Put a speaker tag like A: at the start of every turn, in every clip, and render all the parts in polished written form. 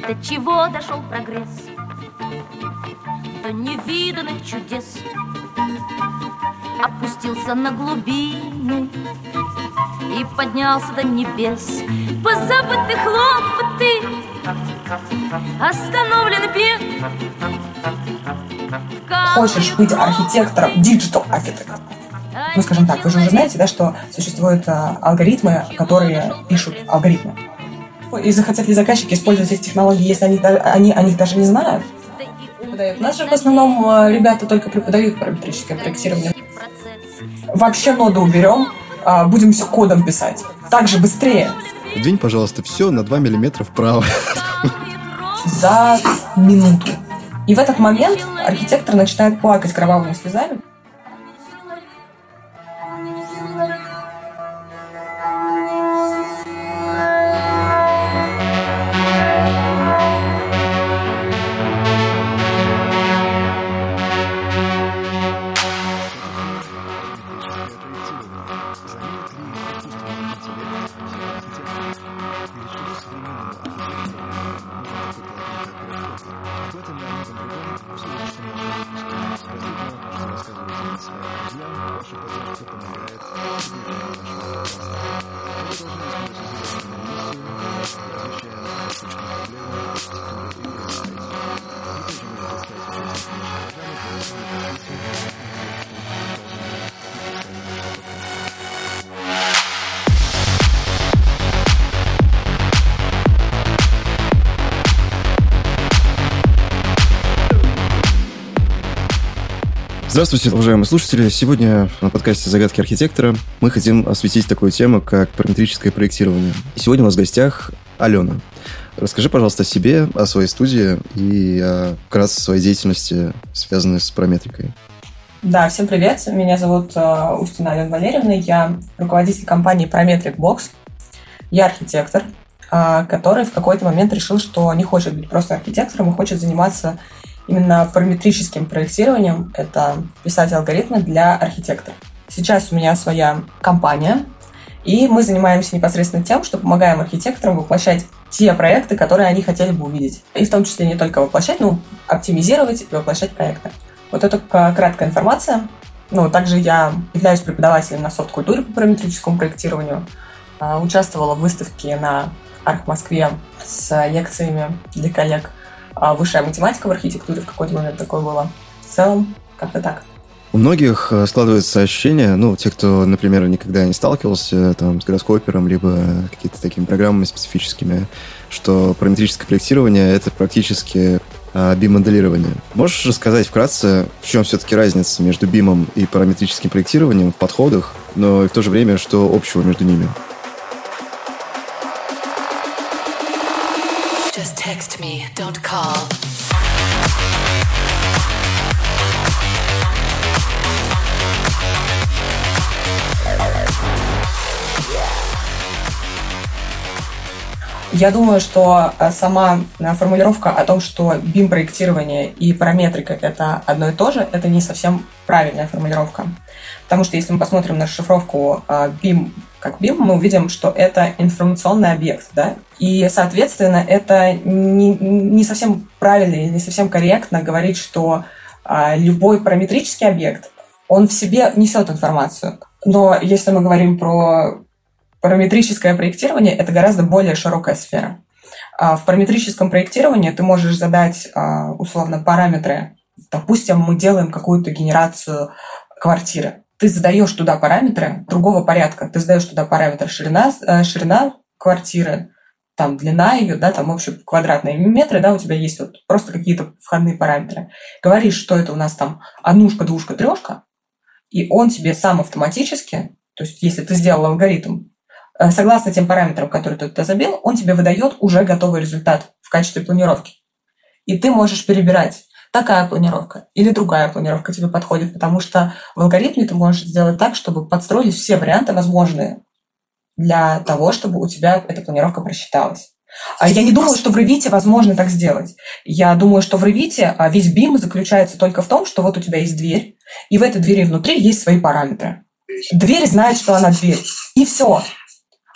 A: до чего дошел прогресс, до невиданных чудес. Опустился на глубины и поднялся до небес. Позабыты хлопоты, остановлены бег.
B: Хочешь быть архитектором, digital architect? Ну, скажем так, вы же уже знаете, да, что существуют алгоритмы, которые пишут алгоритмы. И захотят ли заказчики использовать эти технологии, если они о них даже не знают? У нас же в основном ребята только преподают параметрическое проектирование. Вообще ноду уберем, будем все кодом писать. Так же быстрее.
C: Двинь, пожалуйста, все на 2 миллиметра вправо.
B: За минуту. И в этот момент архитектор начинает плакать кровавыми слезами.
C: Здравствуйте, уважаемые слушатели. Сегодня на подкасте «Загадки архитектора» мы хотим осветить такую тему, как параметрическое проектирование. И сегодня у нас в гостях Алена. Расскажи, пожалуйста, о себе, о своей студии и вкратце о своей деятельности, связанной с параметрикой.
B: Да, всем привет. Меня зовут Устина Алена Валерьевна. Я руководитель компании Parametric Box. Я архитектор, который в какой-то момент решил, что не хочет быть просто архитектором, и хочет заниматься именно параметрическим проектированием. Это писать алгоритмы для архитекторов. Сейчас у меня своя компания, и мы занимаемся непосредственно тем, что помогаем архитекторам воплощать те проекты, которые они хотели бы увидеть. И в том числе не только воплощать, но оптимизировать и воплощать проекты. Вот это краткая информация. Также я являюсь преподавателем на софт-культуре по параметрическому проектированию. Участвовала в выставке на Арх Москве с лекциями для коллег. Высшая математика в архитектуре в какой-то момент такое было. В целом, как-то так.
C: У многих складывается ощущение, те, кто, например, никогда не сталкивался с гироскопером, либо какими-то такими программами специфическими, что параметрическое проектирование — это практически BIM-моделирование. Можешь рассказать вкратце, в чем все-таки разница между BIM и параметрическим проектированием в подходах, но и в то же время, что общего между ними?
D: Just text me, don't call.
B: Я думаю, что сама формулировка о том, что BIM-проектирование и параметрика — это одно и то же, это не совсем правильная формулировка. Потому что если мы посмотрим на расшифровку BIM как BIM, мы увидим, что это информационный объект, да? И, соответственно, это не совсем правильно и не совсем корректно говорить, что любой параметрический объект, он в себе несет информацию. Но если мы говорим про параметрическое проектирование — это гораздо более широкая сфера. В параметрическом проектировании ты можешь задать, условно, параметры. Допустим, мы делаем какую-то генерацию квартиры. Ты задаешь туда параметры другого порядка. Ты задаешь туда параметры ширина квартиры, длина ее, в общем, квадратные метры, у тебя есть просто какие-то входные параметры. Говоришь, что это у нас однушка, двушка, трешка, и он тебе сам автоматически, то есть если ты сделал алгоритм, согласно тем параметрам, которые ты туда забил, он тебе выдает уже готовый результат в качестве планировки. И ты можешь перебирать, такая планировка или другая планировка тебе подходит, потому что в алгоритме ты можешь сделать так, чтобы подстроить все варианты возможные для того, чтобы у тебя эта планировка просчиталась. Я не думаю, что в Revit возможно так сделать. Я думаю, что в Revit весь BIM заключается только в том, что у тебя есть дверь, и в этой двери внутри есть свои параметры. Дверь знает, что она дверь, и все.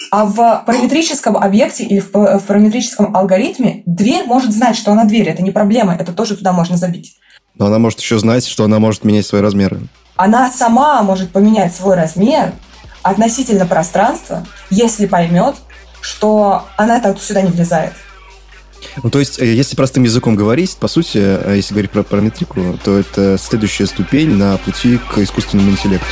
B: А в параметрическом объекте или в параметрическом алгоритме дверь может знать, что она дверь. Это не проблема, это тоже туда можно забить.
C: Но она может еще знать, что она может менять свои размеры.
B: Она сама может поменять свой размер относительно пространства, если поймет, что она сюда не влезает.
C: Ну, то есть, если простым языком говорить, по сути, если говорить про параметрику, то это следующая ступень на пути к искусственному интеллекту.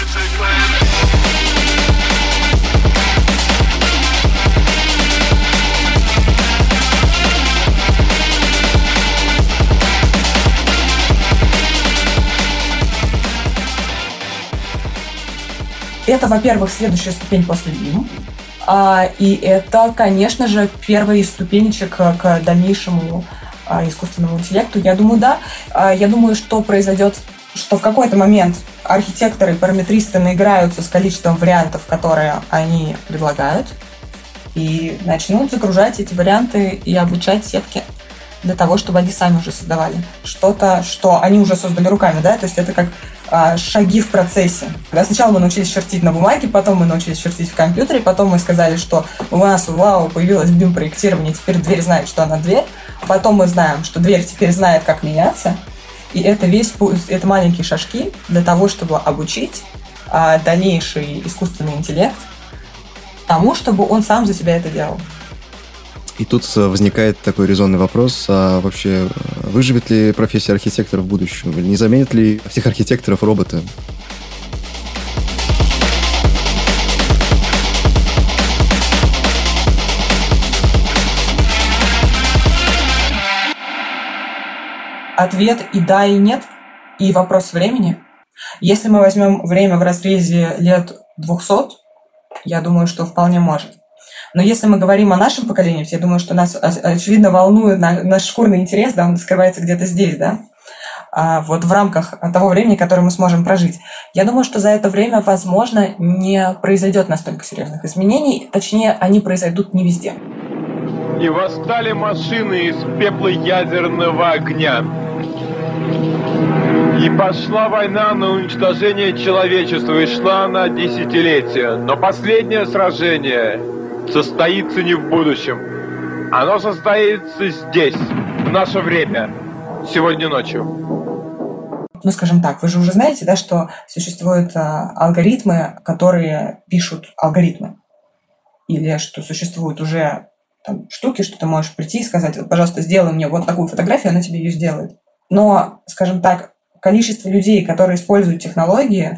B: Это, во-первых, следующая ступень после BIM. И это, конечно же, первая из ступенечек к дальнейшему искусственному интеллекту. Я думаю, да. Я думаю, что произойдет, что в какой-то момент архитекторы и параметристы наиграются с количеством вариантов, которые они предлагают, и начнут загружать эти варианты и обучать сетки для того, чтобы они сами уже создавали что-то, что они уже создали руками, да, то есть это как шаги в процессе. Да, сначала мы научились чертить на бумаге, потом мы научились чертить в компьютере, потом мы сказали, что у нас, вау, появилось BIM-проектирование, теперь дверь знает, что она дверь, потом мы знаем, что дверь теперь знает, как меняться, и это это маленькие шажки для того, чтобы обучить дальнейший искусственный интеллект тому, чтобы он сам за себя это делал.
C: И тут возникает такой резонный вопрос, а вообще выживет ли профессия архитектора в будущем? Или не заменят ли всех архитекторов роботы?
B: Ответ и да, и нет, и вопрос времени. Если мы возьмем время в разрезе лет 200, я думаю, что вполне может. Но если мы говорим о нашем поколении, я думаю, что нас, очевидно, волнует наш шкурный интерес, да, он скрывается где-то здесь, да, вот в рамках того времени, которое мы сможем прожить. Я думаю, что за это время, возможно, не произойдет настолько серьезных изменений, точнее, они произойдут не везде.
E: И восстали машины из пепла ядерного огня. И пошла война на уничтожение человечества, и шла она десятилетия. Но последнее сражение состоится не в будущем. Оно состоится здесь, в наше время, сегодня ночью.
B: Ну, скажем так, вы же уже знаете, да, что существуют алгоритмы, которые пишут алгоритмы. Или что существуют уже там штуки, что ты можешь прийти и сказать, вот, пожалуйста, сделай мне вот такую фотографию, она тебе ее сделает. Но, скажем так, количество людей, которые используют технологии,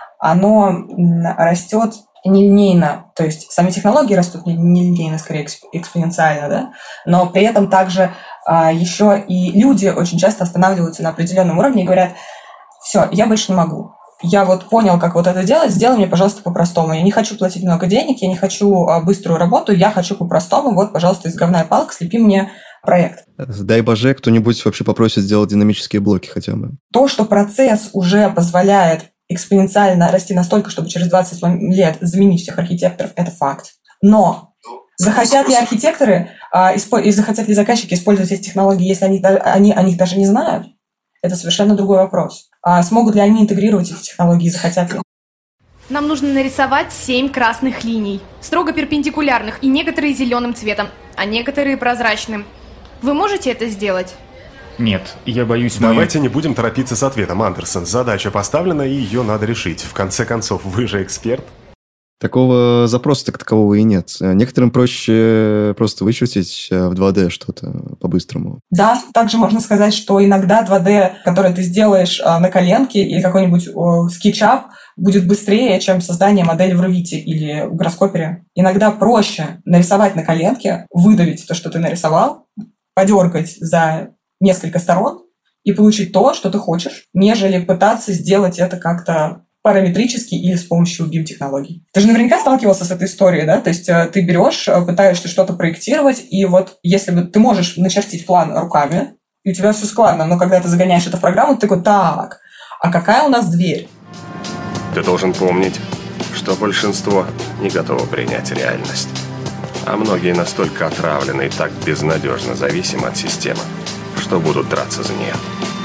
B: оно растет нелинейно, то есть сами технологии растут нелинейно, скорее экспоненциально, да, но при этом также еще и люди очень часто останавливаются на определенном уровне и говорят, все, я больше не могу. Я вот понял, как вот это делать, сделай мне, пожалуйста, по-простому. Я не хочу платить много денег, я не хочу быструю работу, я хочу по-простому. Вот, пожалуйста, из говна и палок слепи мне проект.
C: Дай боже, кто-нибудь вообще попросит сделать динамические блоки хотя бы.
B: То, что процесс уже позволяет экспоненциально расти настолько, чтобы через 20 лет заменить всех архитекторов, это факт. Но захотят ли архитекторы и захотят ли заказчики использовать эти технологии, если они о них даже не знают? Это совершенно другой вопрос. Смогут ли они интегрировать эти технологии и захотят ли?
F: Нам нужно нарисовать 7 красных линий, строго перпендикулярных, и некоторые зеленым цветом, а некоторые прозрачным. Вы можете это сделать?
G: Нет, я боюсь...
H: Давайте не будем торопиться с ответом, Андерсон. Задача поставлена, и ее надо решить. В конце концов, вы же эксперт.
C: Такого запроса как такового и нет. Некоторым проще просто вычертить в 2D что-то по-быстрому.
B: Да, также можно сказать, что иногда 2D, который ты сделаешь на коленке или какой-нибудь SketchUp, будет быстрее, чем создание модели в Revit или в Grasshopper. Иногда проще нарисовать на коленке, выдавить то, что ты нарисовал, подергать за несколько сторон и получить то, что ты хочешь, нежели пытаться сделать это как-то параметрически или с помощью BIM-технологий. Ты же наверняка сталкивался с этой историей, да? То есть ты берешь, пытаешься что-то проектировать, и вот если бы ты можешь начертить план руками, и у тебя все складно, но когда ты загоняешь это в программу, ты такой, так, а какая у нас дверь?
I: Ты должен помнить, что большинство не готово принять реальность. А многие настолько отравлены и так безнадежно зависимы от системы, что будут драться за нее.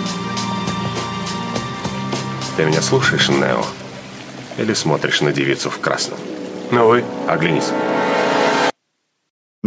I: Ты меня слушаешь, Нео? Или смотришь на девицу в красном? Ну вы, оглянись.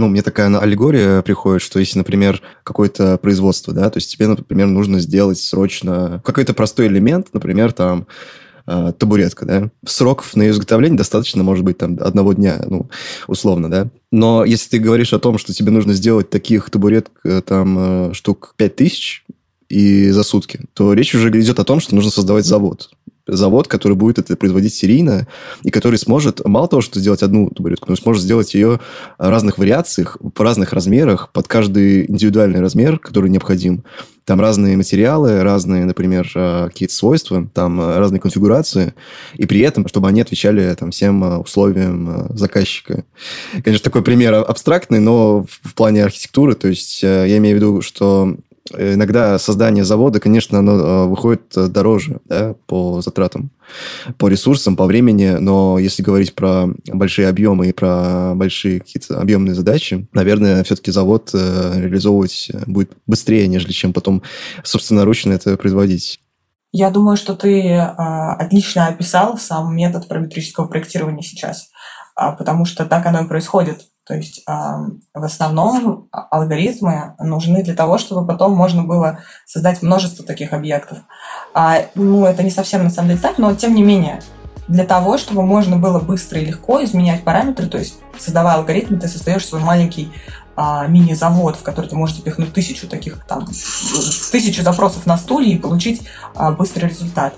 C: мне такая аллегория приходит, что если, например, какое-то производство, да, то есть тебе, например, нужно сделать срочно какой-то простой элемент, например, там, табуретка, да. Сроков на ее изготовление достаточно, может быть, там, 1 дня, условно, да. Но если ты говоришь о том, что тебе нужно сделать таких табуреток, там, штук 5000 и за сутки, то речь уже идет о том, что нужно создавать завод. Завод, который будет это производить серийно, и который сможет, мало того, что сделать одну табуретку, но сможет сделать ее в разных вариациях, в разных размерах, под каждый индивидуальный размер, который необходим. Там разные материалы, разные, например, какие-то свойства, там разные конфигурации, и при этом, чтобы они отвечали там, всем условиям заказчика. Конечно, такой пример абстрактный, но в плане архитектуры, то есть я имею в виду, что иногда создание завода, конечно, оно выходит дороже, да, по затратам, по ресурсам, по времени, но если говорить про большие объемы и про большие какие-то объемные задачи, наверное, все-таки завод реализовывать будет быстрее, нежели чем потом собственноручно это производить.
B: Я думаю, что ты отлично описал сам метод параметрического проектирования сейчас, потому что так оно и происходит. То есть в основном алгоритмы нужны для того, чтобы потом можно было создать множество таких объектов. Это не совсем на самом деле так, но тем не менее, для того, чтобы можно было быстро и легко изменять параметры, то есть создавая алгоритмы, ты создаешь свой маленький мини-завод, в который ты можешь запихнуть 1000 таких, там, 1000 запросов на стуле и получить быстрый результат.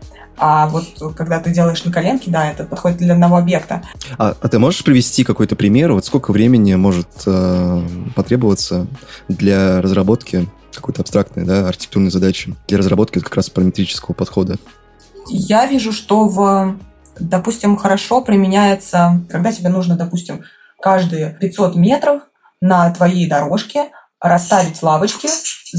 B: А вот когда ты делаешь на коленке, да, это подходит для одного объекта.
C: А ты можешь привести какой-то пример? Вот сколько времени может потребоваться для разработки какой-то абстрактной, да, архитектурной задачи, для разработки как раз параметрического подхода?
B: Я вижу, что допустим, хорошо применяется, когда тебе нужно, допустим, каждые 500 метров на твоей дорожке расставить лавочки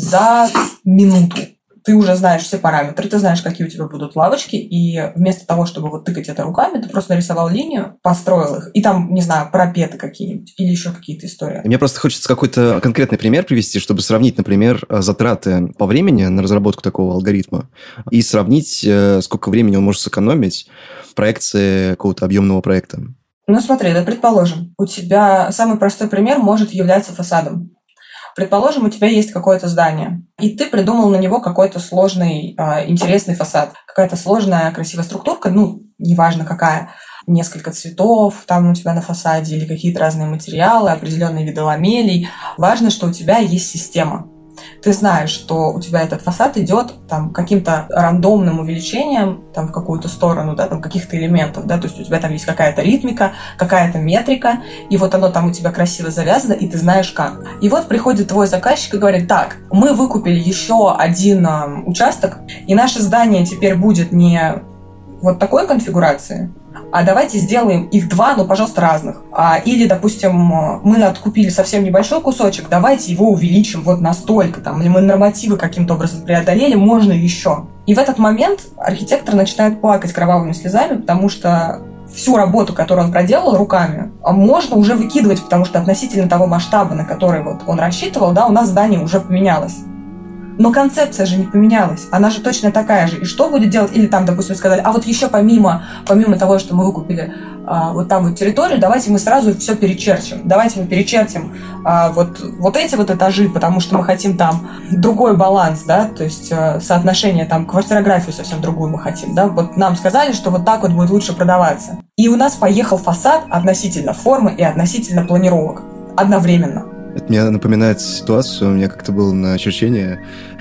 B: за минуту. Ты уже знаешь все параметры, ты знаешь, какие у тебя будут лавочки, и вместо того, чтобы вот тыкать это руками, ты просто нарисовал линию, построил их, и там, не знаю, парапеты какие-нибудь или еще какие-то истории.
C: Мне просто хочется какой-то конкретный пример привести, чтобы сравнить, например, затраты по времени на разработку такого алгоритма и сравнить, сколько времени он может сэкономить в проекции какого-то объемного проекта.
B: Смотри, да, предположим, у тебя самый простой пример может являться фасадом. Предположим, у тебя есть какое-то здание, и ты придумал на него какой-то сложный, интересный фасад. Какая-то сложная, красивая структурка, неважно какая, несколько цветов там у тебя на фасаде или какие-то разные материалы, определенные виды ламелей. Важно, что у тебя есть система. Ты знаешь, что у тебя этот фасад идет там каким-то рандомным увеличением там в какую-то сторону, да, там каких-то элементов, да, то есть у тебя там есть какая-то ритмика, какая-то метрика, и вот оно там у тебя красиво завязано, и ты знаешь как. И вот приходит твой заказчик и говорит: так, мы выкупили еще один участок, и наше здание теперь будет не вот такой конфигурации, а давайте сделаем их 2, но, пожалуйста, разных. Или, допустим, мы откупили совсем небольшой кусочек, давайте его увеличим вот настолько, там, или мы нормативы каким-то образом преодолели, можно еще. И в этот момент архитектор начинает плакать кровавыми слезами, потому что всю работу, которую он проделал руками, можно уже выкидывать, потому что относительно того масштаба, на который вот он рассчитывал, да, у нас здание уже поменялось. Но концепция же не поменялась, она же точно такая же. И что будет делать? Или там, допустим, сказали, а вот еще помимо того, что мы выкупили вот там вот территорию, давайте мы сразу все перечерчим. Давайте мы перечертим вот эти вот этажи, потому что мы хотим там другой баланс, да, то есть соотношение там, квартирографию совсем другую мы хотим, да. Вот нам сказали, что вот так вот будет лучше продаваться. И у нас поехал фасад относительно формы и относительно планировок одновременно.
C: Это мне напоминает ситуацию, у меня как-то было на черчении,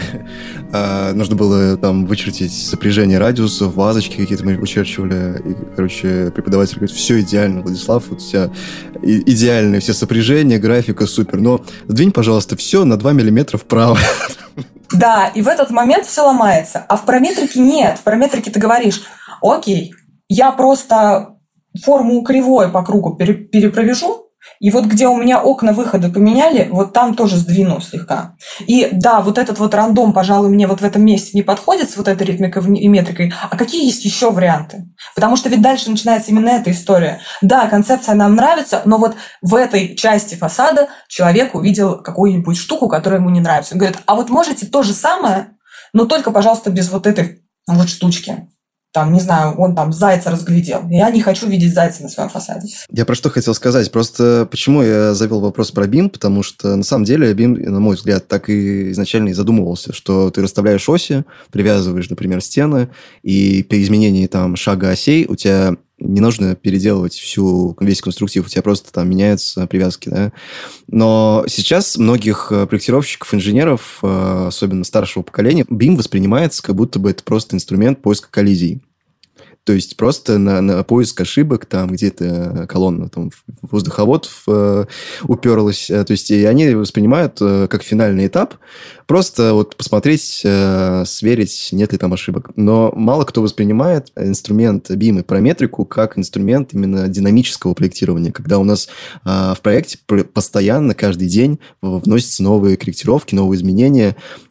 C: нужно было там вычертить сопряжение радиусов, вазочки какие-то мы вычерчивали, и, короче, преподаватель говорит: все идеально, Владислав, вот у тебя идеальные все сопряжения, графика супер, но сдвинь, пожалуйста, все на 2 миллиметра вправо.
B: Да, и в этот момент все ломается, а в параметрике нет, в параметрике ты говоришь: окей, я просто форму кривой по кругу перепровяжу, и вот где у меня окна выхода поменяли, вот там тоже сдвину слегка. И да, вот этот вот рандом, пожалуй, мне вот в этом месте не подходит с вот этой ритмикой и метрикой. А какие есть еще варианты? Потому что ведь дальше начинается именно эта история. Да, концепция нам нравится, но вот в этой части фасада человек увидел какую-нибудь штуку, которая ему не нравится. Он говорит: а вот можете то же самое, но только, пожалуйста, без вот этой вот штучки. там, не знаю, он там зайца разглядел. Я не хочу видеть зайца на своем фасаде.
C: Я про что хотел сказать. Просто почему я завел вопрос про BIM, потому что на самом деле BIM, на мой взгляд, так и изначально и задумывался, что ты расставляешь оси, привязываешь, например, стены, и при изменении там шага осей у тебя не нужно переделывать весь конструктив, у тебя просто там меняются привязки, да. Но сейчас многих проектировщиков, инженеров, особенно старшего поколения, BIM воспринимается, как будто бы это просто инструмент поиска коллизий. То есть просто на поиск ошибок, там где-то колонна там, воздуховодов уперлась. То есть и они воспринимают как финальный этап. Просто вот посмотреть, сверить, нет ли там ошибок. Но мало кто воспринимает инструмент BIM и параметрику как инструмент именно динамического проектирования, когда у нас в проекте постоянно, каждый день вносятся новые корректировки, новые изменения.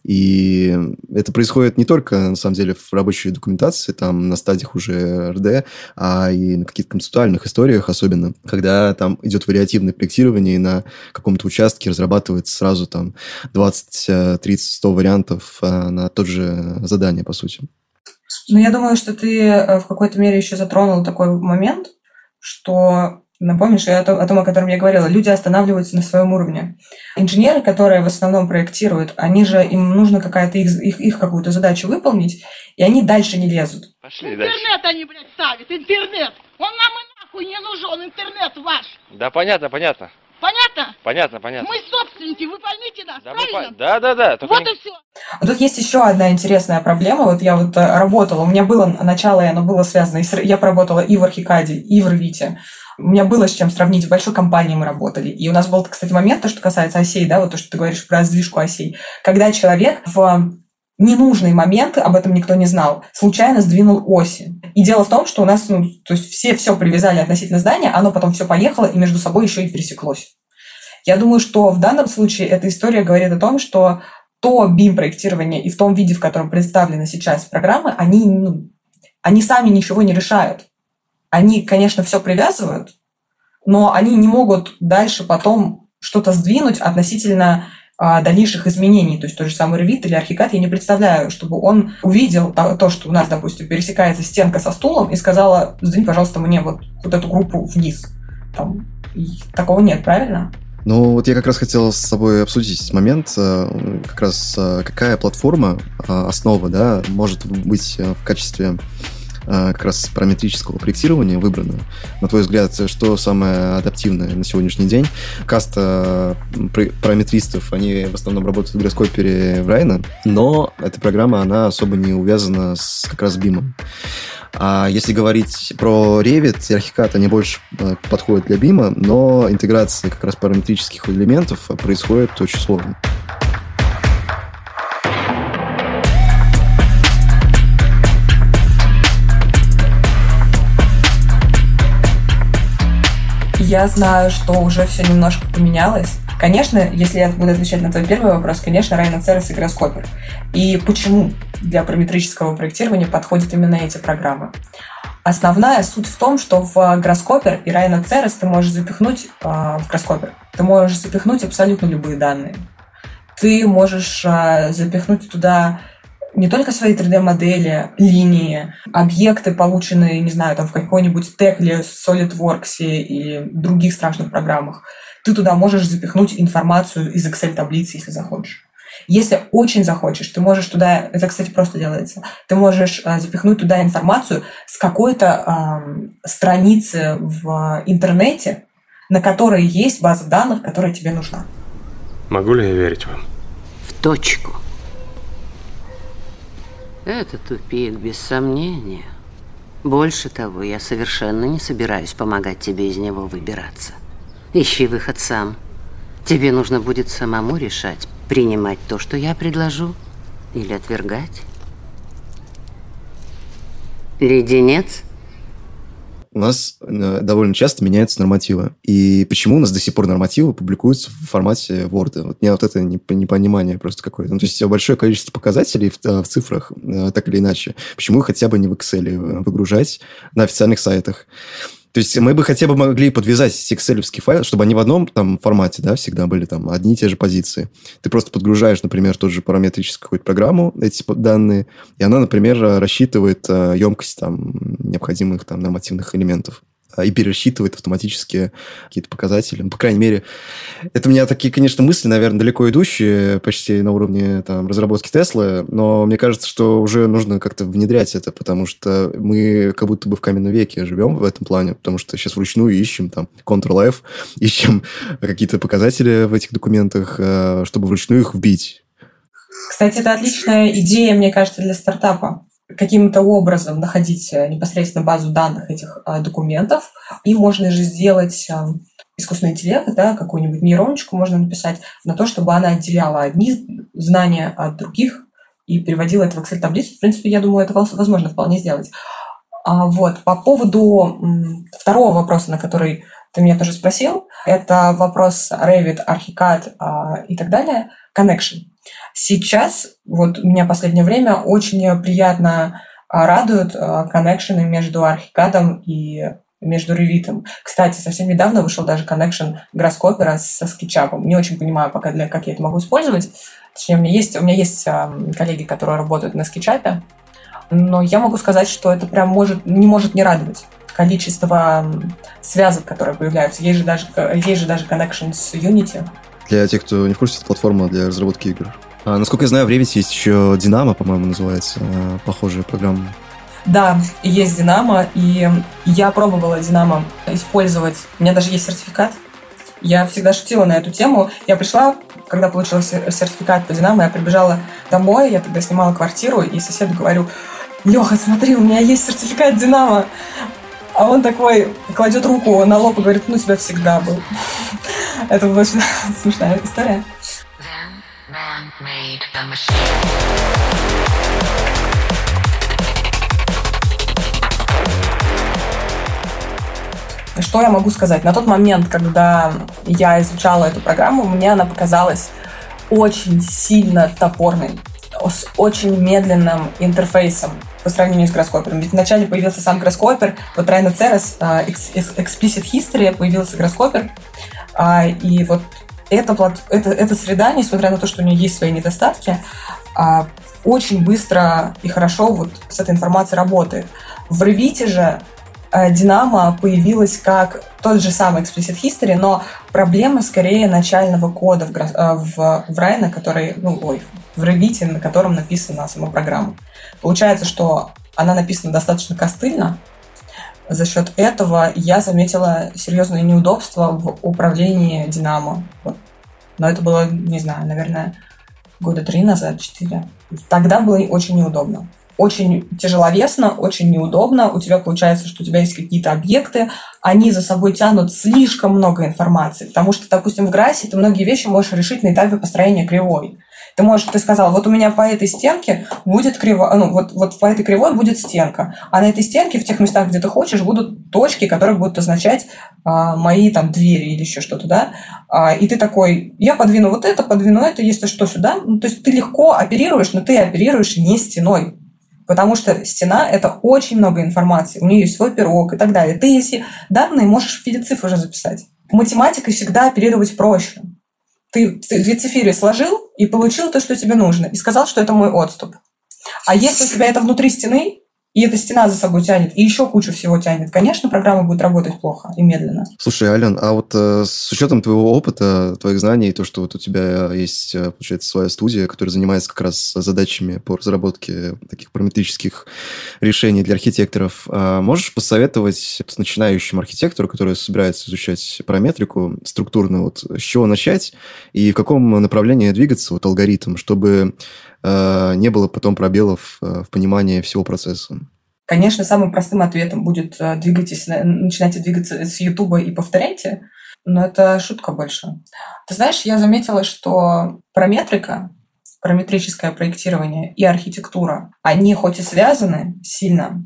C: И это происходит не только, на самом деле, в рабочей документации, там, на стадиях уже РД, а и на каких-то концептуальных историях особенно, когда там идет вариативное проектирование, и на каком-то участке разрабатывается сразу там 20, 30, 100 вариантов на то же задание, по сути.
B: Ну, я думаю, что ты в какой-то мере еще затронул такой момент, что... Напомнишь, о том, о котором я говорила, люди останавливаются на своем уровне. Инженеры, которые в основном проектируют, им нужно какая-то их какую-то задачу выполнить, и они дальше не лезут.
J: Пошли дальше. Интернет они, блядь, ставят, интернет. Он нам и нахуй не нужен, интернет ваш.
K: Да, понятно.
J: Понятно?
K: Понятно.
J: Мы собственники, вы поймите нас,
K: да,
J: правильно?
K: Да.
J: Вот и все.
B: Тут есть еще одна интересная проблема. Вот я работала, у меня было начало, и оно было связано. Я поработала и в Архикаде, и в Revit. У меня было с чем сравнить. В большой компании мы работали. И у нас был, кстати, момент, то, что касается осей, да, вот то, что ты говоришь про сдвижку осей. Когда человек в ненужный момент, об этом никто не знал, случайно сдвинул оси. И дело в том, что у нас, то есть все привязали относительно здания, оно потом все поехало и между собой еще и пересеклось. Я думаю, что в данном случае эта история говорит о том, что то BIM-проектирование и в том виде, в котором представлены сейчас программы, они сами ничего не решают. Они, конечно, все привязывают, но они не могут дальше потом что-то сдвинуть относительно дальнейших изменений. То есть тот же самый Revit или Archicad, я не представляю, чтобы он увидел то, что у нас, допустим, пересекается стенка со стулом и сказала: сдвинь, пожалуйста, мне вот эту группу вниз. Такого нет, правильно?
C: Ну, вот я как раз хотел с тобой обсудить этот момент, как раз какая платформа, основа, да, может быть в качестве как раз параметрического проектирования выбрано. На твой взгляд, что самое адаптивное на сегодняшний день? Каста параметристов, они в основном работают в гироскопере в Rhino, но эта программа, она особо не увязана как раз с BIM. А если говорить про Revit и Archicad, они больше подходят для BIM, но интеграция как раз параметрических элементов происходит очень сложно.
B: Я знаю, что уже все немножко поменялось. Конечно, если я буду отвечать на твой первый вопрос, конечно, Rhino Ceres и Grasshopper. И почему для параметрического проектирования подходят именно эти программы? Основная суть в том, что в Grasshopper и Rhino Ceres ты можешь запихнуть абсолютно любые данные. Ты можешь запихнуть туда не только свои 3D-модели, линии, объекты, полученные, не знаю, там в какой-нибудь Текле, SolidWorks или других страшных программах. Ты туда можешь запихнуть информацию из Excel-таблицы, если захочешь. Если очень захочешь, ты можешь туда, это, кстати, просто делается, ты можешь запихнуть туда информацию с какой-то страницы в интернете, на которой есть база данных, которая тебе нужна.
H: Могу ли я верить вам?
L: В точку. Это тупик, без сомнения. Больше того, я совершенно не собираюсь помогать тебе из него выбираться. Ищи выход сам. Тебе нужно будет самому решать, принимать то, что я предложу, или отвергать. Леденец?
C: У нас довольно часто меняются нормативы. И почему у нас до сих пор нормативы публикуются в формате Word? Вот мне вот это непонимание просто какое-то. Ну, то есть большое количество показателей в цифрах, так или иначе. Почему их хотя бы не в Excel выгружать на официальных сайтах? То есть мы бы хотя бы могли подвязать эти excel-овские файлы, чтобы они в одном там формате, да, всегда были там одни и те же позиции. Ты просто подгружаешь, например, тот же параметрическую какую-то программу, эти данные, и она, например, рассчитывает емкость там необходимых там нормативных элементов и пересчитывает автоматически какие-то показатели. Ну, по крайней мере, это у меня такие, конечно, мысли, наверное, далеко идущие, почти на уровне там, разработки Теслы, но мне кажется, что уже нужно как-то внедрять это, потому что мы как будто бы в каменном веке живем в этом плане, потому что сейчас вручную ищем там Ctrl-F, ищем какие-то показатели в этих документах, чтобы вручную их вбить.
B: Кстати, это отличная идея, мне кажется, для стартапа. Каким-то образом находить непосредственно базу данных этих документов. И можно же сделать искусственный интеллект, да, какую-нибудь нейроночку можно написать на то, чтобы она отделяла одни знания от других и переводила это в Excel-таблицу. В принципе, я думаю, это возможно вполне сделать. Вот. По поводу второго вопроса, на который ты меня тоже спросил, это вопрос Revit, Archicad и так далее, connection. Сейчас, вот меня в последнее время очень приятно радуют коннекшены между Archicad и между Revit. Кстати, совсем недавно вышел даже коннекшен Grasshopper со SketchUp. Не очень понимаю пока, как я это могу использовать. Точнее, у меня есть коллеги, которые работают на SketchUp, но я могу сказать, что это прям не может не радовать. Количество связок, которые появляются. Есть же даже коннекшен с Unity.
C: Для тех, кто не в курсе, это платформа для разработки игр. Насколько я знаю, в Revit есть еще Dynamo, по-моему, называется, похожая программа.
B: Да, есть Dynamo, и я пробовала Dynamo использовать. У меня даже есть сертификат. Я всегда шутила на эту тему. Я пришла, когда получила сертификат по Dynamo, я прибежала домой, я тогда снимала квартиру, и соседу говорю: «Леха, смотри, у меня есть сертификат Dynamo». А он такой кладет руку на лоб и говорит: «Ну, у тебя всегда был». Это была очень смешная история. Что я могу сказать? На тот момент, когда я изучала эту программу, мне она показалась очень сильно топорной, с очень медленным интерфейсом по сравнению с Grasshopper. Ведь вначале появился сам Grasshopper, вот Rhino Ceres, Explicit History, появился Grasshopper, и вот эта среда, несмотря на то, что у нее есть свои недостатки, очень быстро и хорошо вот с этой информацией работает. В Revit же Dynamo появилась как тот же самый Explicit History, но проблема скорее начального кода в Rhino, в Revit, на котором написана сама программа. Получается, что она написана достаточно костыльно. За счет этого я заметила серьезные неудобства в управлении Dynamo. Вот. Но это было, не знаю, наверное, 3 года назад, 4. Тогда было очень неудобно. Очень тяжеловесно, очень неудобно. У тебя получается, что у тебя есть какие-то объекты, они за собой тянут слишком много информации. Потому что, допустим, в Грасе ты многие вещи можешь решить на этапе построения кривой. Ты сказал, вот у меня по этой стенке будет кривая, вот по этой кривой будет стенка, а на этой стенке в тех местах, где ты хочешь, будут точки, которые будут означать мои там двери или еще что-то, да, и ты такой: я подвину это, если что, сюда. То есть ты легко оперируешь, но ты оперируешь не стеной, потому что стена – это очень много информации, у нее есть свой пирог и так далее. Ты, если данные, можешь в виде цифр уже записать. Математикой всегда оперировать проще. Ты 2 цифиры сложил и получил то, что тебе нужно, и сказал, что это мой отступ. А если у тебя это внутри стены, и эта стена за собой тянет, и еще кучу всего тянет, конечно, программа будет работать плохо и медленно.
C: Слушай, Ален, а вот с учетом твоего опыта, твоих знаний, то, что вот у тебя есть, получается, своя студия, которая занимается как раз задачами по разработке таких параметрических решений для архитекторов, можешь посоветовать начинающему архитектору, который собирается изучать параметрику структурно, вот с чего начать и в каком направлении двигаться, вот алгоритм, чтобы не было потом пробелов в понимании всего процесса?
B: Конечно, самым простым ответом будет: начинайте двигаться с Ютуба и повторяйте, но это шутка больше. Ты знаешь, я заметила, что параметрика, параметрическое проектирование и архитектура, они хоть и связаны сильно,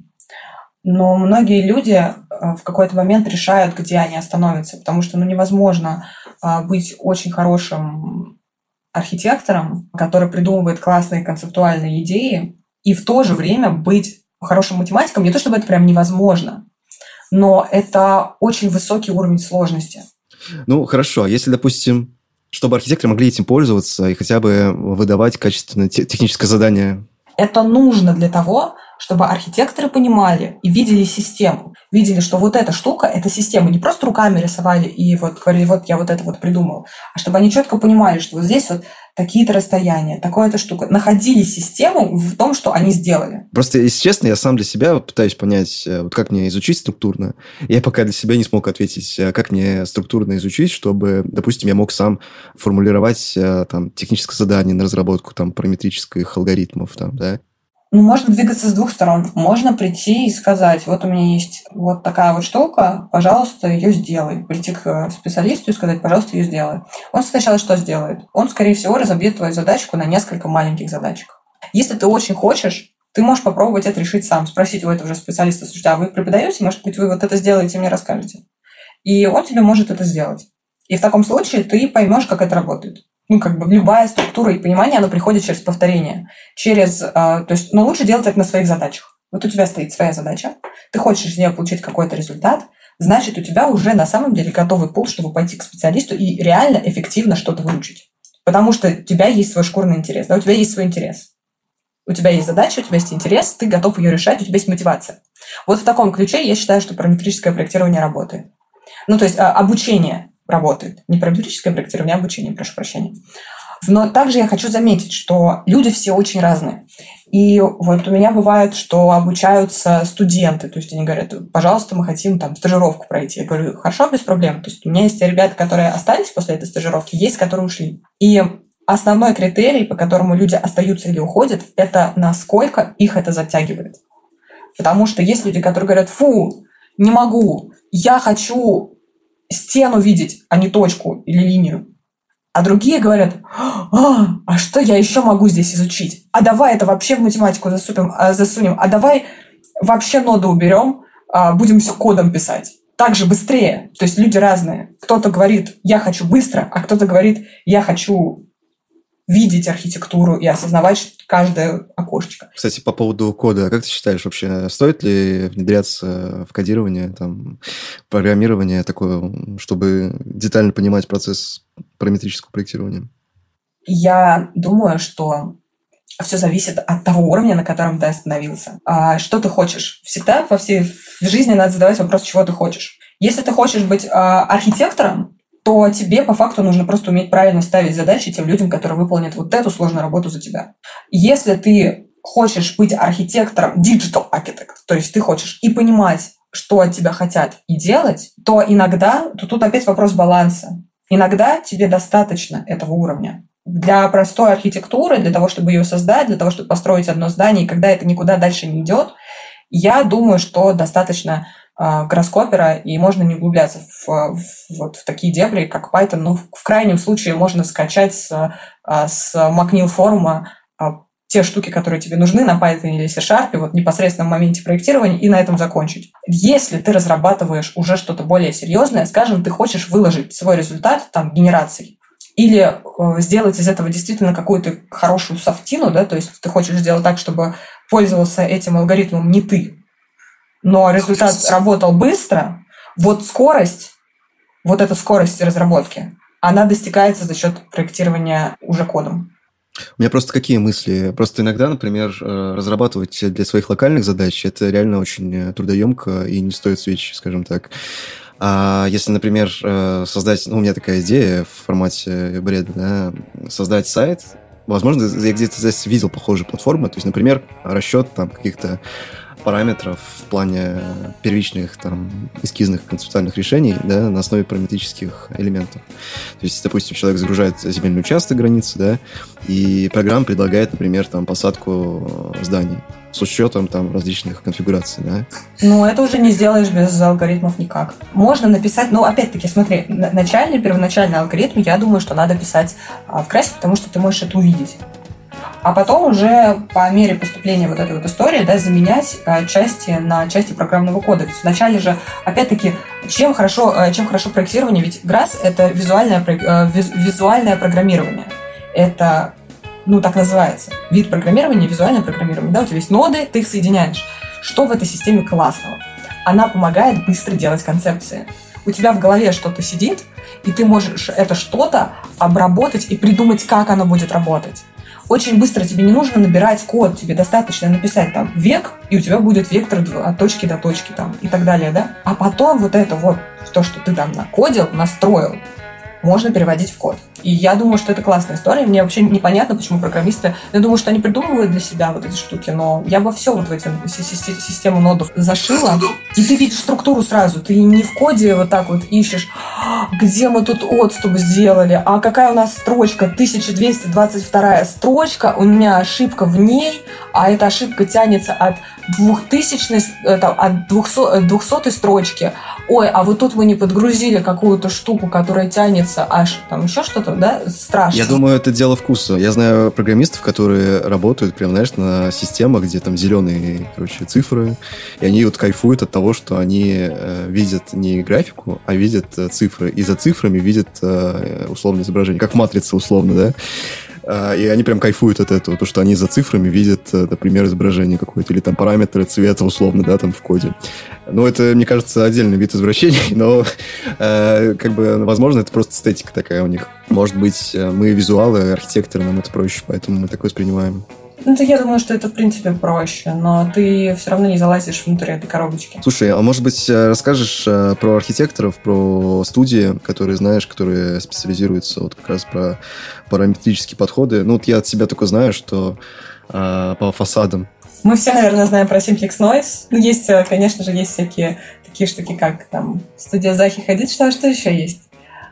B: но многие люди в какой-то момент решают, где они остановятся, потому что невозможно быть очень хорошим архитектором, который придумывает классные концептуальные идеи, и в то же время быть хорошим математиком. Не то чтобы это прям невозможно, но это очень высокий уровень сложности.
C: Ну, хорошо. Если, допустим, чтобы архитекторы могли этим пользоваться и хотя бы выдавать качественное техническое задание.
B: Это нужно для того, чтобы архитекторы понимали и видели систему. Видели, что вот эта штука – это система. Не просто руками рисовали и вот говорили, вот я вот это вот придумал. А чтобы они четко понимали, что вот здесь вот такие-то расстояния, такая-то штука. Находили систему в том, что они сделали.
C: Просто, если честно, я сам для себя пытаюсь понять, вот как мне изучить структурно. Я пока для себя не смог ответить, как мне структурно изучить, чтобы, допустим, я мог сам формулировать там, техническое задание на разработку там, параметрических алгоритмов. Там, да?
B: Ну, можно двигаться с двух сторон. Можно прийти и сказать, вот у меня есть вот такая вот штука, пожалуйста, ее сделай. Прийти к специалисту и сказать, пожалуйста, ее сделай. Он сначала что сделает? Он, скорее всего, разобьет твою задачку на несколько маленьких задачек. Если ты очень хочешь, ты можешь попробовать это решить сам. Спросить у этого же специалиста, слушайте, а вы преподаете? Может быть, вы вот это сделаете и мне расскажете? И он тебе может это сделать. И в таком случае ты поймешь, как это работает. Ну, как бы любая структура и понимание, оно приходит через повторение. То есть, лучше делать это на своих задачах. Вот у тебя стоит своя задача, ты хочешь из нее получить какой-то результат, значит, у тебя уже на самом деле готовый пул, чтобы пойти к специалисту и реально эффективно что-то выучить. Потому что у тебя есть свой шкурный интерес, да, у тебя есть свой интерес. У тебя есть задача, у тебя есть интерес, ты готов ее решать, у тебя есть мотивация. Вот в таком ключе я считаю, что параметрическое проектирование работает. Ну, то есть обучение работает. Не параметрическое проектирование, а обучение, прошу прощения. Но также я хочу заметить, что люди все очень разные. И вот у меня бывает, что обучаются студенты. То есть они говорят, пожалуйста, мы хотим там стажировку пройти. Я говорю, хорошо, без проблем. То есть у меня есть ребята, которые остались после этой стажировки, есть, которые ушли. И основной критерий, по которому люди остаются или уходят, это насколько их это затягивает. Потому что есть люди, которые говорят, фу, не могу, я хочу стену видеть, а не точку или линию. А другие говорят, а что я еще могу здесь изучить? А давай это вообще в математику засунем, а давай вообще ноды уберем, будем все кодом писать. Так же быстрее. То есть люди разные. Кто-то говорит, я хочу быстро, а кто-то говорит, я хочу видеть архитектуру и осознавать каждое окошечко.
C: Кстати, по поводу кода, как ты считаешь вообще, стоит ли внедряться в кодирование, там, программирование такое, чтобы детально понимать процесс параметрического проектирования?
B: Я думаю, что все зависит от того уровня, на котором ты остановился. Что ты хочешь? Всегда в жизни надо задавать вопрос, чего ты хочешь. Если ты хочешь быть архитектором, то тебе по факту нужно просто уметь правильно ставить задачи тем людям, которые выполнят вот эту сложную работу за тебя. Если ты хочешь быть архитектором, digital architect, то есть ты хочешь и понимать, что от тебя хотят и делать, то иногда, тут опять вопрос баланса. Иногда тебе достаточно этого уровня. Для простой архитектуры, для того, чтобы ее создать, для того, чтобы построить одно здание, и когда это никуда дальше не идет, я думаю, что достаточно гроскопера, и можно не углубляться в такие дебри, как Python. Ну, в крайнем случае можно скачать с Макнил форума те штуки, которые тебе нужны на Python или C-Sharp, вот непосредственно в моменте проектирования, и на этом закончить. Если ты разрабатываешь уже что-то более серьезное, скажем, ты хочешь выложить свой результат там генерацией, или сделать из этого действительно какую-то хорошую софтину, да, то есть ты хочешь сделать так, чтобы пользовался этим алгоритмом не ты, но результат работал быстро, вот скорость, вот эта скорость разработки, она достигается за счет проектирования уже кодом.
C: У меня просто какие мысли? Просто иногда, например, разрабатывать для своих локальных задач, это реально очень трудоемко и не стоит свеч, скажем так. А если, например, создать... у меня такая идея в формате бреда, да, создать сайт, возможно, я где-то здесь видел похожие платформы, то есть, например, расчет там каких-то параметров в плане первичных там эскизных концептуальных решений, да, на основе параметрических элементов. То есть, допустим, человек загружает земельный участок, границы, да, и программа предлагает, например, там посадку зданий с учетом там различных конфигураций, да.
B: Ну, это уже не сделаешь без алгоритмов никак. Можно написать, опять-таки, смотри, первоначальный алгоритм, я думаю, что надо писать в красе, потому что ты можешь это увидеть. А потом уже по мере поступления вот этой вот истории, да, заменять части на части программного кода. То есть вначале же, опять-таки, чем хорошо проектирование, ведь GRASS — это визуальное программирование. Это, так называется, вид программирования, визуальное программирование. Да, у тебя есть ноды, ты их соединяешь. Что в этой системе классного? она помогает быстро делать концепции. У тебя в голове что-то сидит, и ты можешь это что-то обработать и придумать, как оно будет работать. Очень быстро тебе не нужно набирать код, тебе достаточно написать там век, и у тебя будет вектор от точки до точки там, и так далее, да? А потом вот это вот, то, что ты там накодил, настроил, можно переводить в код. И я думаю, что это классная история. Мне вообще непонятно, почему программисты... Я думаю, что они придумывают для себя вот эти штуки, но я бы все вот в эту систему нодов зашила. И ты видишь структуру сразу. Ты не в коде вот так вот ищешь, где мы тут отступ сделали, а какая у нас строчка, 1222 строчка, у меня ошибка в ней, а эта ошибка тянется от 200 строчки. Ой, а вот тут мы не подгрузили какую-то штуку, которая тянется аж там еще что-то, да? Страшно.
C: Я думаю, это дело вкуса. Я знаю программистов, которые работают прям, знаешь, на системах, где там зеленые, короче, цифры, и они вот кайфуют от того, что они видят не графику, а видят цифры. И за цифрами видят условное изображение, как в «Матрице» условно, да? И они прям кайфуют от этого, то, что они за цифрами видят, например, изображение какое-то, или там параметры цвета условно, да, там в коде. Ну, это, мне кажется, отдельный вид извращений, но, как бы, возможно, это просто эстетика такая у них. Может быть, мы визуалы, архитекторы, нам это проще, поэтому мы так воспринимаем.
B: Ну, я думаю, что это, в принципе, проще, но ты все равно не залазишь внутрь этой коробочки.
C: Слушай, а может быть, расскажешь про архитекторов, про студии, которые знаешь, которые специализируются вот как раз про параметрические подходы? Ну, вот я от себя только знаю, что по фасадам.
B: Мы все, наверное, знаем про Simplex Noise. Ну, есть, конечно же, есть всякие такие штуки, как там студия Захи Хадид. Что еще есть?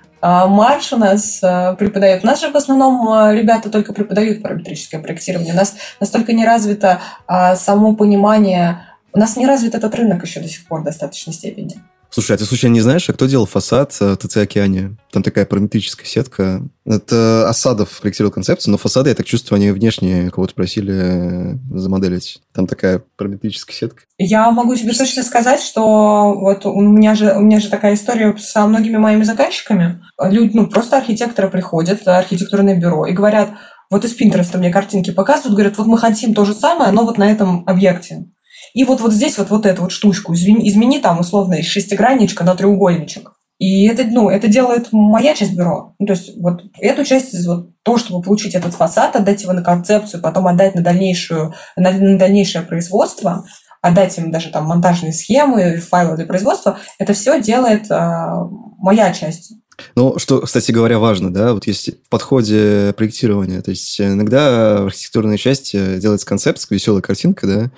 B: Марш у нас преподает. У нас же в основном ребята только преподают параметрическое проектирование. У нас настолько не развито само понимание. У нас не развит этот рынок еще до сих пор в достаточной степени.
C: Слушай, а ты случайно не знаешь, а кто делал фасад ТЦ «Океане»? Там такая параметрическая сетка. Это Асадов проектировал концепцию, но фасады, я так чувствую, они внешне кого-то просили замоделить. Там такая параметрическая сетка.
B: Я могу тебе точно сказать, что вот у меня же такая история со многими моими заказчиками. Люди, просто архитекторы приходят, архитектурное бюро, и говорят, вот из Пинтереста мне картинки показывают, говорят, вот мы хотим то же самое, но вот на этом объекте. И вот здесь вот эту вот штучку измени там условно из шестигранничка на треугольничек. И это делает моя часть бюро. То есть вот эту часть, вот то, чтобы получить этот фасад, отдать его на концепцию, потом отдать на дальнейшее производство, отдать им даже там монтажные схемы, файлы для производства, это все делает моя часть.
C: Ну, что, кстати говоря, важно, да, вот есть в подходе проектирования, то есть иногда в архитектурной части делается концепция, веселая картинка, да,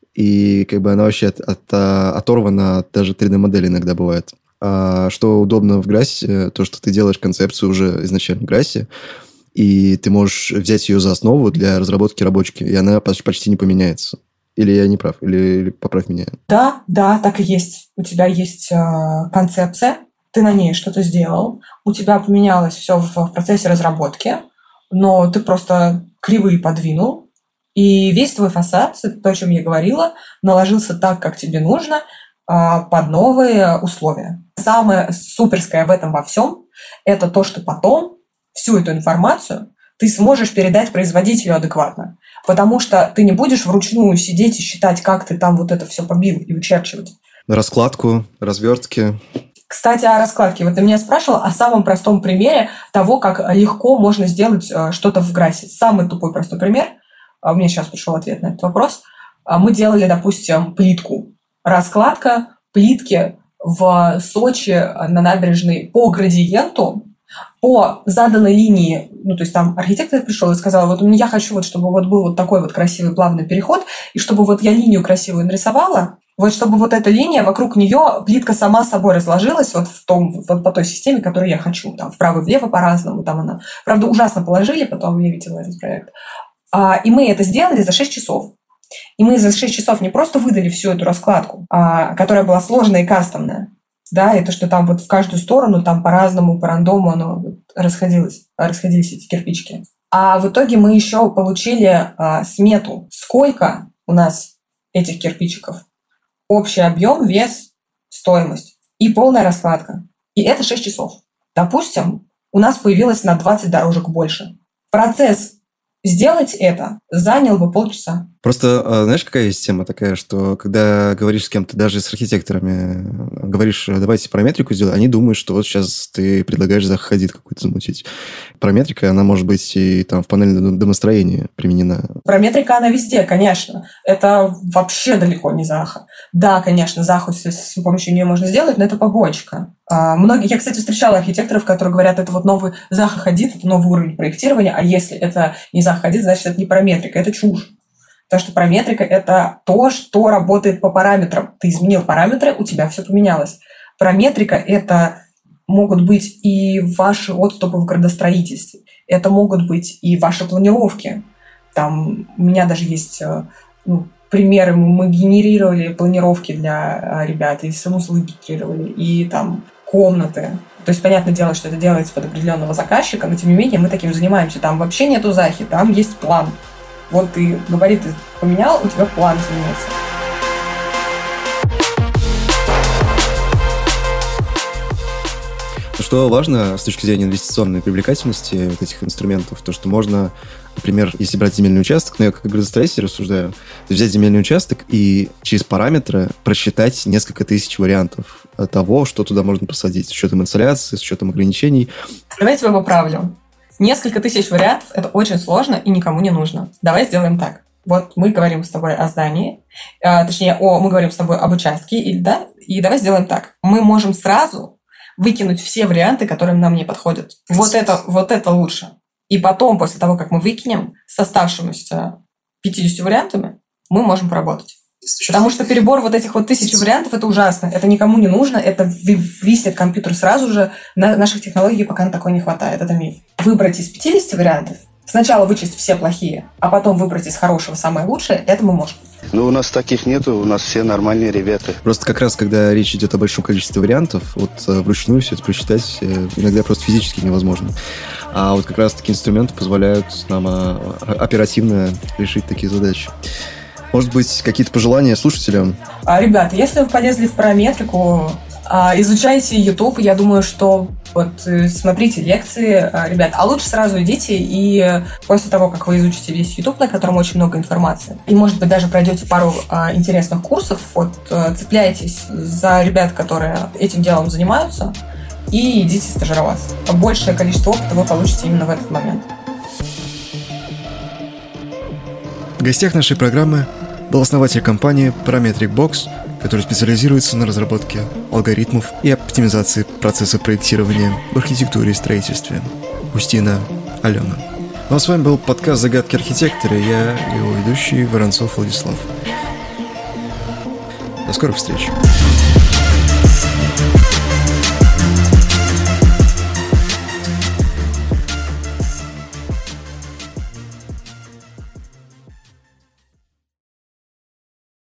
C: и как бы она вообще оторвана от даже 3D-модели иногда бывает. А что удобно в Грассе, то, что ты делаешь концепцию уже изначально в Грассе, и ты можешь взять ее за основу для разработки рабочки, и она почти не поменяется. Или я не прав, или поправь меня.
B: Да, так и есть. У тебя есть концепция, ты на ней что-то сделал, у тебя поменялось все в процессе разработки, но ты просто кривые подвинул, и весь твой фасад, это то, о чем я говорила, наложился так, как тебе нужно, под новые условия. Самое суперское в этом во всем – это то, что потом всю эту информацию ты сможешь передать производителю адекватно. Потому что ты не будешь вручную сидеть и считать, как ты там вот это все побил и вычерчивать.
C: Раскладку, развертки.
B: Кстати, о раскладке. Вот ты меня спрашивал о самом простом примере того, как легко можно сделать что-то в Грассе. Самый тупой простой пример. У меня сейчас пришел ответ на этот вопрос. Мы делали, допустим, плитку. Раскладка плитки в Сочи на набережной по градиенту, по заданной линии. Ну, то есть там архитектор пришел и сказал, вот я хочу, вот, чтобы вот был вот такой вот красивый плавный переход, и чтобы вот я линию красивую нарисовала, вот чтобы вот эта линия, вокруг нее плитка сама собой разложилась вот по той системе, которую я хочу. Там вправо и влево по-разному. Там она, правда, ужасно положили, потом я видела этот проект. И мы это сделали за 6 часов. И мы за 6 часов не просто выдали всю эту раскладку, которая была сложная и кастомная. Да, это что там вот в каждую сторону, там по-разному, по-рандому оно расходились эти кирпичики. А в итоге мы еще получили смету, сколько у нас этих кирпичиков. Общий объем, вес, стоимость и полная раскладка. И это 6 часов. Допустим, у нас появилось на 20 дорожек больше. Процесс Сделать это заняло бы полчаса.
C: Просто, знаешь, какая есть тема такая, что когда говоришь с кем-то, даже с архитекторами, говоришь, давайте параметрику сделать, они думают, что вот сейчас ты предлагаешь Zaha-Hadid какой-то замутить. Параметрика, она может быть и там в панельном домостроении применена.
B: Параметрика, она везде, конечно. Это вообще далеко не Zaha. Да, конечно, Zaha с помощью нее можно сделать, но это побочка. Я, кстати, встречала архитекторов, которые говорят, это вот новый Zaha-Hadid, это новый уровень проектирования, а если это не Zaha-Hadid, значит, это не параметрика, это чушь. Потому что параметрика – это то, что работает по параметрам. Ты изменил параметры, у тебя все поменялось. Параметрика – это могут быть и ваши отступы в градостроительстве, это могут быть и ваши планировки. Там у меня даже есть примеры, мы генерировали планировки для ребят, и санузлы генерировали, и там комнаты. То есть, понятное дело, что это делается под определенного заказчика, но, тем не менее, мы таким занимаемся. Там вообще нету Захи, там есть план. Вот ты габариты поменял, у тебя план изменился.
C: Что важно с точки зрения инвестиционной привлекательности вот этих инструментов, то, что можно, например, если брать земельный участок, я как градостроитель рассуждаю, взять земельный участок и через параметры просчитать несколько тысяч вариантов того, что туда можно посадить, с учетом инсоляции, с учетом ограничений.
B: Давайте я поправлю. Несколько тысяч вариантов – это очень сложно и никому не нужно. Давай сделаем так. Вот мы говорим с тобой о здании, мы говорим с тобой об участке, и давай сделаем так. Мы можем сразу выкинуть все варианты, которые нам не подходят. Вот это лучше. И потом, после того, как мы выкинем с оставшимися 50 вариантами, мы можем поработать. Потому что перебор вот этих 1000 вариантов – это ужасно. Это никому не нужно, это виснет компьютер сразу же. Наших технологий пока на такое не хватает. Это миф. Выбрать из 50 вариантов, сначала вычесть все плохие, а потом выбрать из хорошего самое лучшее – это мы можем.
M: Ну, у нас таких нету, у нас все нормальные ребята.
C: Просто как раз, когда речь идет о большом количестве вариантов, вручную все это просчитать иногда просто физически невозможно. А вот как раз такие инструменты позволяют нам оперативно решить такие задачи. Может быть, какие-то пожелания слушателям?
B: Ребята, если вы полезли в параметрику, изучайте YouTube. Я думаю, что смотрите лекции, ребят. А лучше сразу идите и после того, как вы изучите весь YouTube, на котором очень много информации, и, может быть, даже пройдете пару интересных курсов, цепляйтесь за ребят, которые этим делом занимаются, и идите стажироваться. Большее количество опыта вы получите именно в этот момент.
C: В гостях нашей программы был основатель компании Parametric Box, который специализируется на разработке алгоритмов и оптимизации процессов проектирования в архитектуре и строительстве. Устина Алена. Ну а с вами был подкаст «Загадки архитектора». Я его ведущий Воронцов Владислав. До скорых встреч.